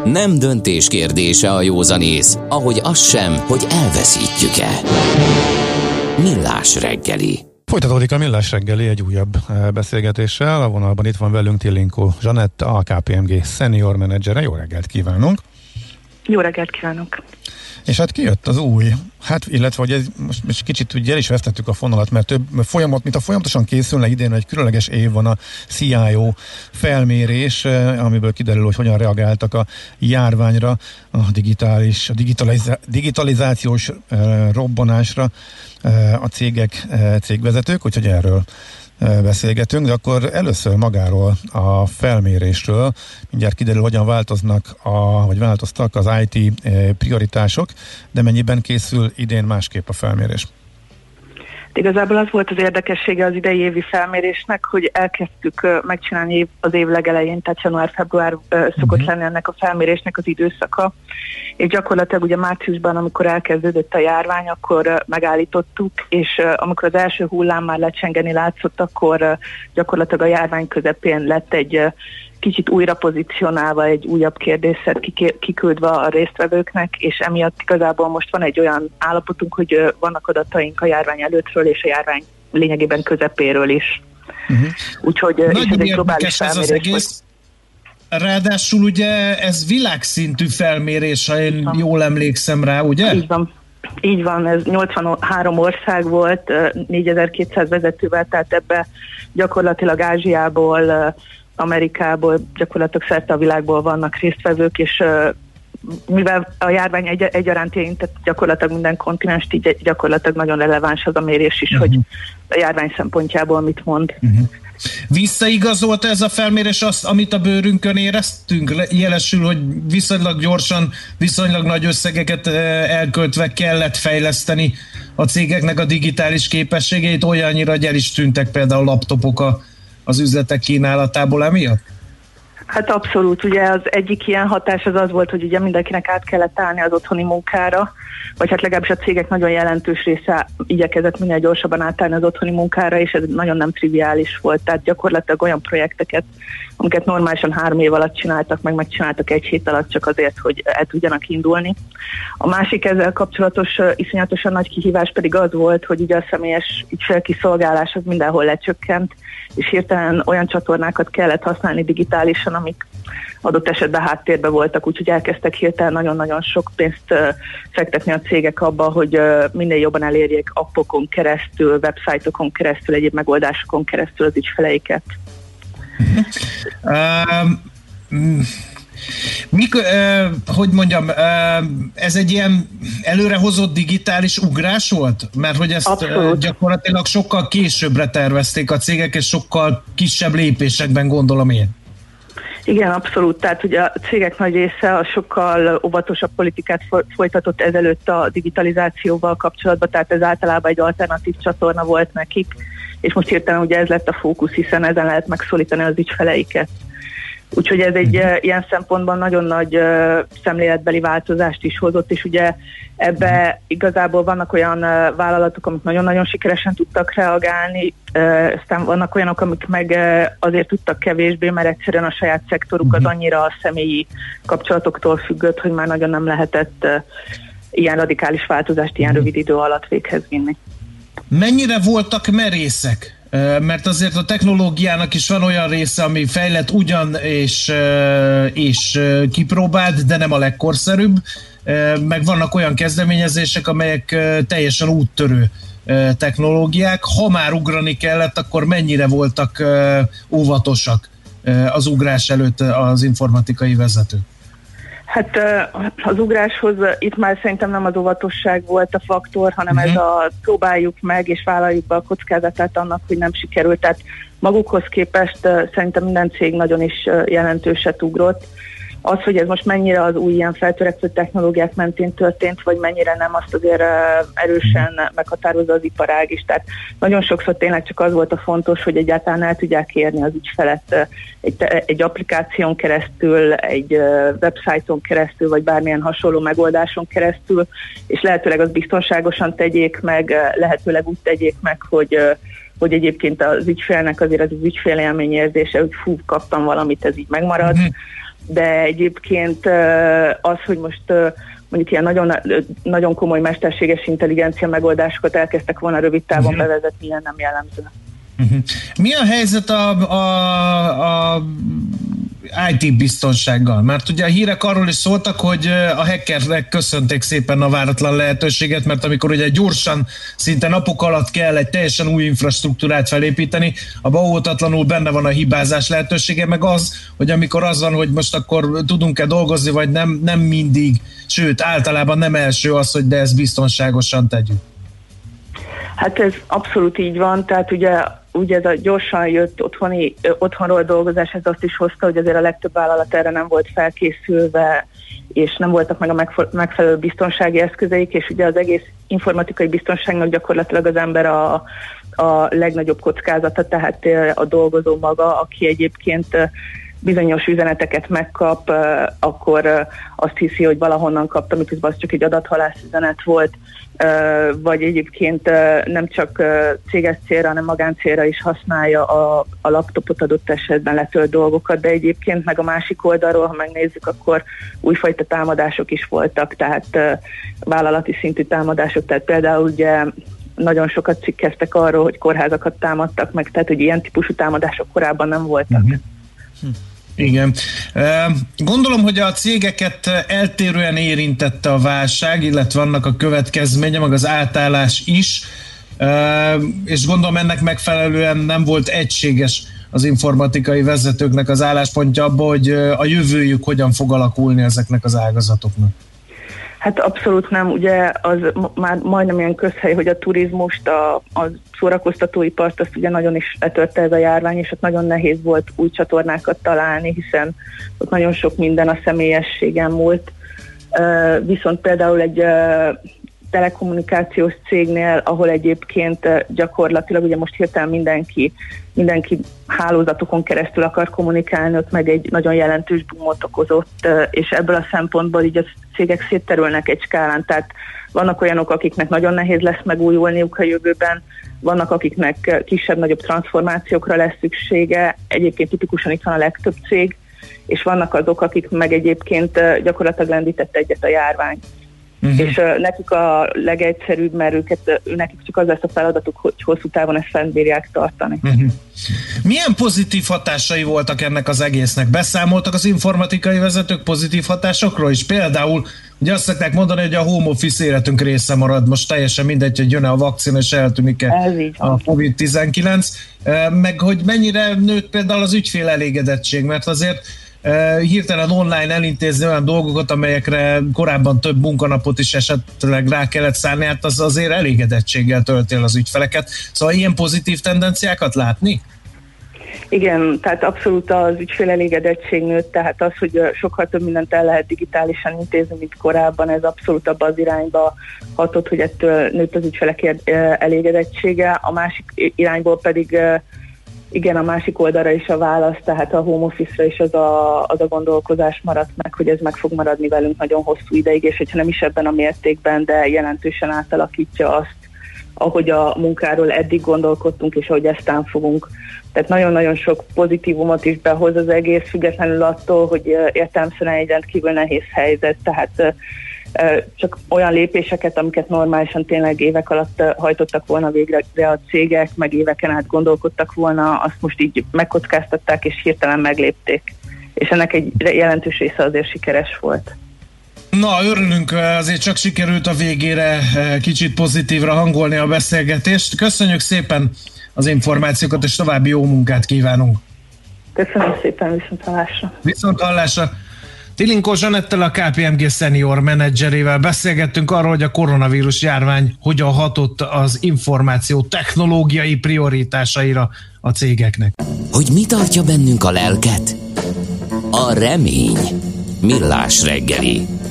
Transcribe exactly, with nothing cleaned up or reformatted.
Nem döntés kérdése a józanész, ahogy az sem, hogy elveszítjük-e. Millás reggeli. Folytatódik a Millás reggeli egy újabb beszélgetéssel. A vonalban itt van velünk Tillinkó Zsanett, a ká pé em gé senior menedzsere. Jó reggelt kívánunk! Jó reggelt kívánok! És hát kijött az új, hát illetve, hogy ez, most, most kicsit ugye el is vesztettük a fonalat, mert több folyamat, mint a folyamatosan készülne idén, egy különleges év van a cé i o felmérés, amiből kiderül, hogy hogyan reagáltak a járványra, a digitális, a digitaliz- digitalizációs uh, robbanásra uh, a cégek, uh, cégvezetők, úgyhogy erről beszélgetünk, de akkor először magáról a felmérésről. Mindjárt kiderül, hogyan változnak, a, vagy változtak az i té prioritások, de mennyiben készül idén másképp a felmérés? Igazából az volt az érdekessége az idei évi felmérésnek, hogy elkezdtük megcsinálni az év legelején, tehát január-február szokott uh-huh. lenni ennek a felmérésnek az időszaka, és gyakorlatilag ugye márciusban, amikor elkezdődött a járvány, akkor megállítottuk, és amikor az első hullám már lecsengeni látszott, akkor gyakorlatilag a járvány közepén lett egy kicsit újra pozícionálva, egy újabb kérdésszet kiküldve a résztvevőknek, és emiatt igazából most van egy olyan állapotunk, hogy vannak adataink a járvány előttről és a járvány lényegében közepéről is. Uh-huh. Úgyhogy és ez egy globális felmérés. Ez az egész. Ráadásul ugye ez világszintű felmérés, ha én jól emlékszem rá, ugye? Így van. Így van, ez nyolcvanhárom ország volt, négyezer-kétszáz vezetővel, tehát ebbe gyakorlatilag Ázsiából, Amerikából, gyakorlatilag szerte a világból vannak résztvevők, és mivel a járvány egy, egyaránt érintett gyakorlatilag minden kontinenst, így gyakorlatilag nagyon releváns az a mérés is, uh-huh. hogy a járvány szempontjából mit mond. Uh-huh. Visszaigazolta ez a felmérés azt, amit a bőrünkön éreztünk? Jelesül, hogy viszonylag gyorsan, viszonylag nagy összegeket elköltve kellett fejleszteni a cégeknek a digitális képességeit, olyannyira, hogy el is tűntek például laptopok a, az üzletek kínálatából emiatt? Hát abszolút, ugye az egyik ilyen hatás az az volt, hogy ugye mindenkinek át kellett állni az otthoni munkára, vagy hát legalábbis a cégek nagyon jelentős része igyekezett minél gyorsabban átállni az otthoni munkára, és ez nagyon nem triviális volt, tehát gyakorlatilag olyan projekteket, amiket normálisan három év alatt csináltak, meg megcsináltak egy hét alatt csak azért, hogy el tudjanak indulni. A másik ezzel kapcsolatos iszonyatosan nagy kihívás pedig az volt, hogy ugye a személyes ügyfélkiszolgálás az mindenhol lecsökkent, és hirtelen olyan csatornákat kellett használni digitálisan, amik adott esetben háttérben voltak, úgyhogy elkezdtek hirtelen nagyon-nagyon sok pénzt uh, fektetni a cégek abba, hogy uh, minél jobban elérjék appokon keresztül, websájtokon keresztül, egyéb megoldásokon keresztül az ügyfeleiket. um, Mikor, uh, hogy mondjam, uh, ez egy ilyen előrehozott digitális ugrás volt? Mert hogy ezt uh, gyakorlatilag sokkal későbbre tervezték a cégek, és sokkal kisebb lépésekben, gondolom én. Igen, abszolút. Tehát ugye a cégek nagy része a sokkal óvatosabb politikát folytatott ezelőtt a digitalizációval kapcsolatban, tehát ez általában egy alternatív csatorna volt nekik, és most hirtelen ugye ez lett a fókusz, hiszen ezen lehet megszólítani az ügyfeleiket. Úgyhogy ez egy uh, ilyen szempontban nagyon nagy uh, szemléletbeli változást is hozott, és ugye ebbe igazából vannak olyan uh, vállalatok, amik nagyon-nagyon sikeresen tudtak reagálni, uh, aztán vannak olyanok, amik meg uh, azért tudtak kevésbé, mert egyszerűen a saját szektoruk az annyira a személyi kapcsolatoktól függött, hogy már nagyon nem lehetett uh, ilyen radikális változást ilyen rövid idő alatt véghez vinni. Mennyire voltak merészek? Mert azért a technológiának is van olyan része, ami fejlett ugyan és, és kipróbált, de nem a legkorszerűbb, meg vannak olyan kezdeményezések, amelyek teljesen úttörő technológiák. Ha már ugrani kellett, akkor mennyire voltak óvatosak az ugrás előtt az informatikai vezetők? Hát az ugráshoz itt már szerintem nem az óvatosság volt a faktor, hanem uh-huh. ez a próbáljuk meg és vállaljuk be a kockázatát annak, hogy nem sikerült. Tehát magukhoz képest szerintem minden cég nagyon is jelentőset ugrott. Az, hogy ez most mennyire az új ilyen feltörekvő technológiák mentén történt, vagy mennyire nem, azt azért erősen meghatározza az iparág is. Tehát nagyon sokszor tényleg csak az volt a fontos, hogy egyáltalán el tudják érni az ügyfelet egy, egy applikáción keresztül, egy websájton keresztül, vagy bármilyen hasonló megoldáson keresztül, és lehetőleg az biztonságosan tegyék meg, lehetőleg úgy tegyék meg, hogy hogy egyébként az ügyfélnek azért az ügyfélélményérzése, hogy fú, kaptam valamit, ez így megmarad. Mm-hmm. de egyébként az, hogy most mondjuk ilyen nagyon, nagyon komoly mesterséges intelligencia megoldásokat elkezdtek volna rövid távon uh-huh. bevezetni, ilyen nem jellemző. Uh-huh. Mi a helyzet a, a, a i té biztonsággal? Mert ugye a hírek arról is szóltak, hogy a hackernek köszönték szépen a váratlan lehetőséget, mert amikor ugye gyorsan, szinte napok alatt kell egy teljesen új infrastruktúrát felépíteni, abban óhatatlanul benne van a hibázás lehetősége, meg az, hogy amikor az van, hogy most akkor tudunk-e dolgozni, vagy nem, nem mindig, sőt, általában nem első az, hogy de ezt biztonságosan tegyük. Hát ez abszolút így van, tehát ugye, ugye ez a gyorsan jött otthoni, otthonról dolgozás, ez azt is hozta, hogy azért a legtöbb vállalat erre nem volt felkészülve, és nem voltak meg a megfelelő biztonsági eszközeik, és ugye az egész informatikai biztonságnak gyakorlatilag az ember a, a legnagyobb kockázata, tehát a dolgozó maga, aki egyébként bizonyos üzeneteket megkap, akkor azt hiszi, hogy valahonnan kapta, miközben az csak egy adathalász üzenet volt, vagy egyébként nem csak céges célra, hanem magáncélra is használja a, a laptopot adott esetben letölt dolgokat, de egyébként meg a másik oldalról, ha megnézzük, akkor újfajta támadások is voltak, tehát vállalati szintű támadások, tehát például ugye nagyon sokat cikkeztek arról, hogy kórházakat támadtak meg, tehát hogy ilyen típusú támadások korábban nem voltak. Uh-huh. Hm. Igen. Gondolom, hogy a cégeket eltérően érintette a válság, illetve annak a következménye, meg az átállás is, és gondolom ennek megfelelően nem volt egységes az informatikai vezetőknek az álláspontja abban, hogy a jövőjük hogyan fog alakulni ezeknek az ágazatoknak. Hát abszolút nem, ugye az már majdnem ilyen közhely, hogy a turizmust, a, a szórakoztatóipart, azt ugye nagyon is letörte ez a járvány, és ott nagyon nehéz volt új csatornákat találni, hiszen ott nagyon sok minden a személyességen múlt. Uh, viszont például egy uh, telekommunikációs cégnél, ahol egyébként uh, gyakorlatilag ugye most hirtelen mindenki, mindenki hálózatokon keresztül akar kommunikálni, ott meg egy nagyon jelentős boomot okozott, uh, és ebből a szempontból így a cégek szétterülnek egy skálán, tehát vannak olyanok, akiknek nagyon nehéz lesz megújulniuk a jövőben, vannak, akiknek kisebb-nagyobb transformációkra lesz szüksége, egyébként tipikusan itt van a legtöbb cég, és vannak azok, akik meg egyébként gyakorlatilag lendített egyet a járvány. Uh-huh. És uh, nekik a legegyszerűbb, mert őket, nekik csak az lesz a feladatuk, hogy hosszú távon ezt fennbírják tartani. Uh-huh. Milyen pozitív hatásai voltak ennek az egésznek? Beszámoltak az informatikai vezetők pozitív hatásokról is? Például ugye azt szokták mondani, hogy a home office életünk része marad, most teljesen mindegy, hogy jön-e a vakcina és eltűnik-e a kovid tizenkilenc, meg hogy mennyire nőtt például az ügyfél elégedettség, mert azért Uh, hirtelen online elintézni olyan dolgokat, amelyekre korábban több munkanapot is esetleg rá kellett szállni, hát az azért elégedettséggel tölti el az ügyfeleket. Szóval ilyen pozitív tendenciákat látni? Igen, tehát abszolút az ügyfél elégedettség nőtt, tehát az, hogy sokkal több mindent el lehet digitálisan intézni, mint korábban, ez abszolút abban az irányba hatott, hogy ettől nőtt az ügyfelek elégedettsége. A másik irányból pedig igen, a másik oldalra is a válasz, tehát a home office-ra is az a, az a gondolkozás maradt meg, hogy ez meg fog maradni velünk nagyon hosszú ideig, és hogyha nem is ebben a mértékben, de jelentősen átalakítja azt, ahogy a munkáról eddig gondolkodtunk, és ahogy eztán fogunk. Tehát nagyon-nagyon sok pozitívumot is behoz az egész, függetlenül attól, hogy értelemszerűen egy rendkívül nehéz helyzet, tehát csak olyan lépéseket, amiket normálisan tényleg évek alatt hajtottak volna végre a cégek, meg éveken át gondolkodtak volna, azt most így megkockáztatták és hirtelen meglépték. És ennek egy jelentős része azért sikeres volt. Na, örülünk, azért csak sikerült a végére kicsit pozitívra hangolni a beszélgetést. Köszönjük szépen az információkat, és további jó munkát kívánunk. Köszönöm szépen, viszont hallásra. Viszont hallásra. Tilinkó Zsanettel, a ká pé em gé senior menedzserével beszélgettünk arról, hogy a koronavírus járvány hogyan hatott az információ technológiai prioritásaira a cégeknek. Hogy mi tartja bennünk a lelket? A remény. Millás reggeli.